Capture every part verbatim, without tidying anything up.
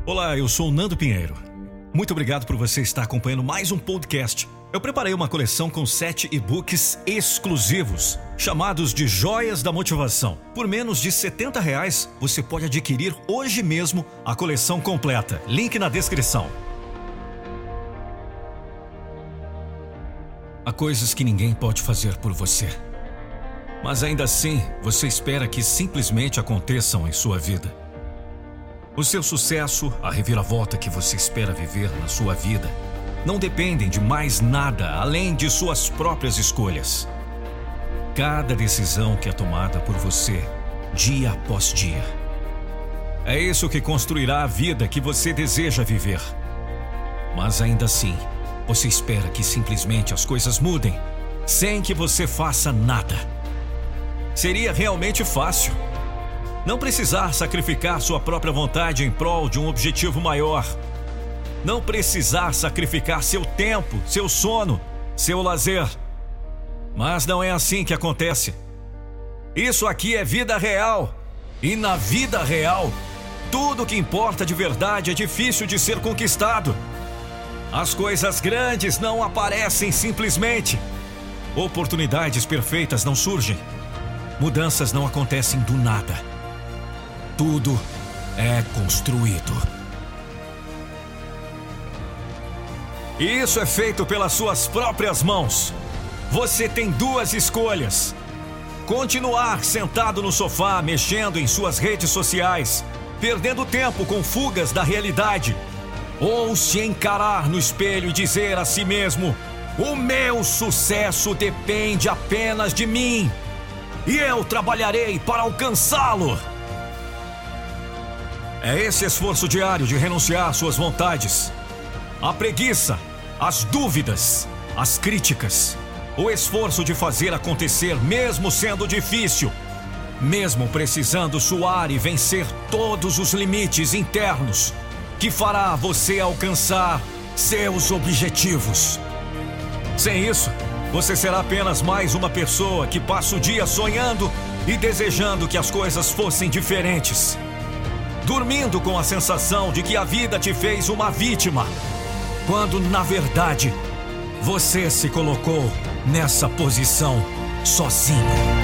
Olá, eu sou o Nando Pinheiro. Muito obrigado por você estar acompanhando mais um podcast. Eu preparei uma coleção com sete e-books exclusivos, chamados de Joias da Motivação. Por menos de setenta reais, você pode adquirir hoje mesmo a coleção completa. Link na descrição. Há coisas que ninguém pode fazer por você. Mas ainda assim, você espera que simplesmente aconteçam em sua vida. O seu sucesso, a reviravolta que você espera viver na sua vida, não dependem de mais nada além de suas próprias escolhas. Cada decisão que é tomada por você, dia após dia. É isso que construirá a vida que você deseja viver. Mas ainda assim, você espera que simplesmente as coisas mudem, sem que você faça nada. Seria realmente fácil. Não precisar sacrificar sua própria vontade em prol de um objetivo maior. Não precisar sacrificar seu tempo, seu sono, seu lazer. Mas não é assim que acontece. Isso aqui é vida real. E na vida real, tudo que importa de verdade é difícil de ser conquistado. As coisas grandes não aparecem simplesmente. Oportunidades perfeitas não surgem. Mudanças não acontecem do nada. Tudo é construído. E isso é feito pelas suas próprias mãos. Você tem duas escolhas: continuar sentado no sofá, mexendo em suas redes sociais, perdendo tempo com fugas da realidade, ou se encarar no espelho e dizer a si mesmo: o meu sucesso depende apenas de mim, e eu trabalharei para alcançá-lo. É esse esforço diário de renunciar às suas vontades, a preguiça, as dúvidas, as críticas, o esforço de fazer acontecer mesmo sendo difícil, mesmo precisando suar e vencer todos os limites internos, que fará você alcançar seus objetivos. Sem isso, você será apenas mais uma pessoa que passa o dia sonhando e desejando que as coisas fossem diferentes. Dormindo com a sensação de que a vida te fez uma vítima, quando, na verdade, você se colocou nessa posição sozinho.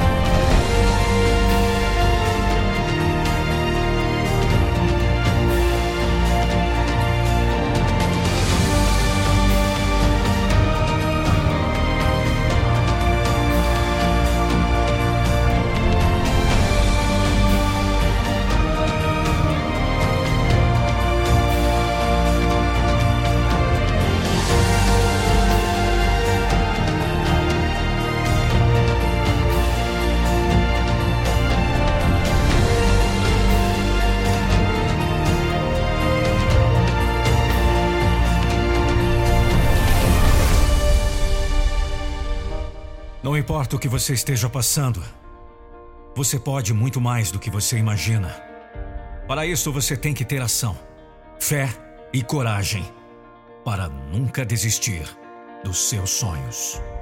Não importa o que você esteja passando, você pode muito mais do que você imagina. Para isso, você tem que ter ação, fé e coragem para nunca desistir dos seus sonhos.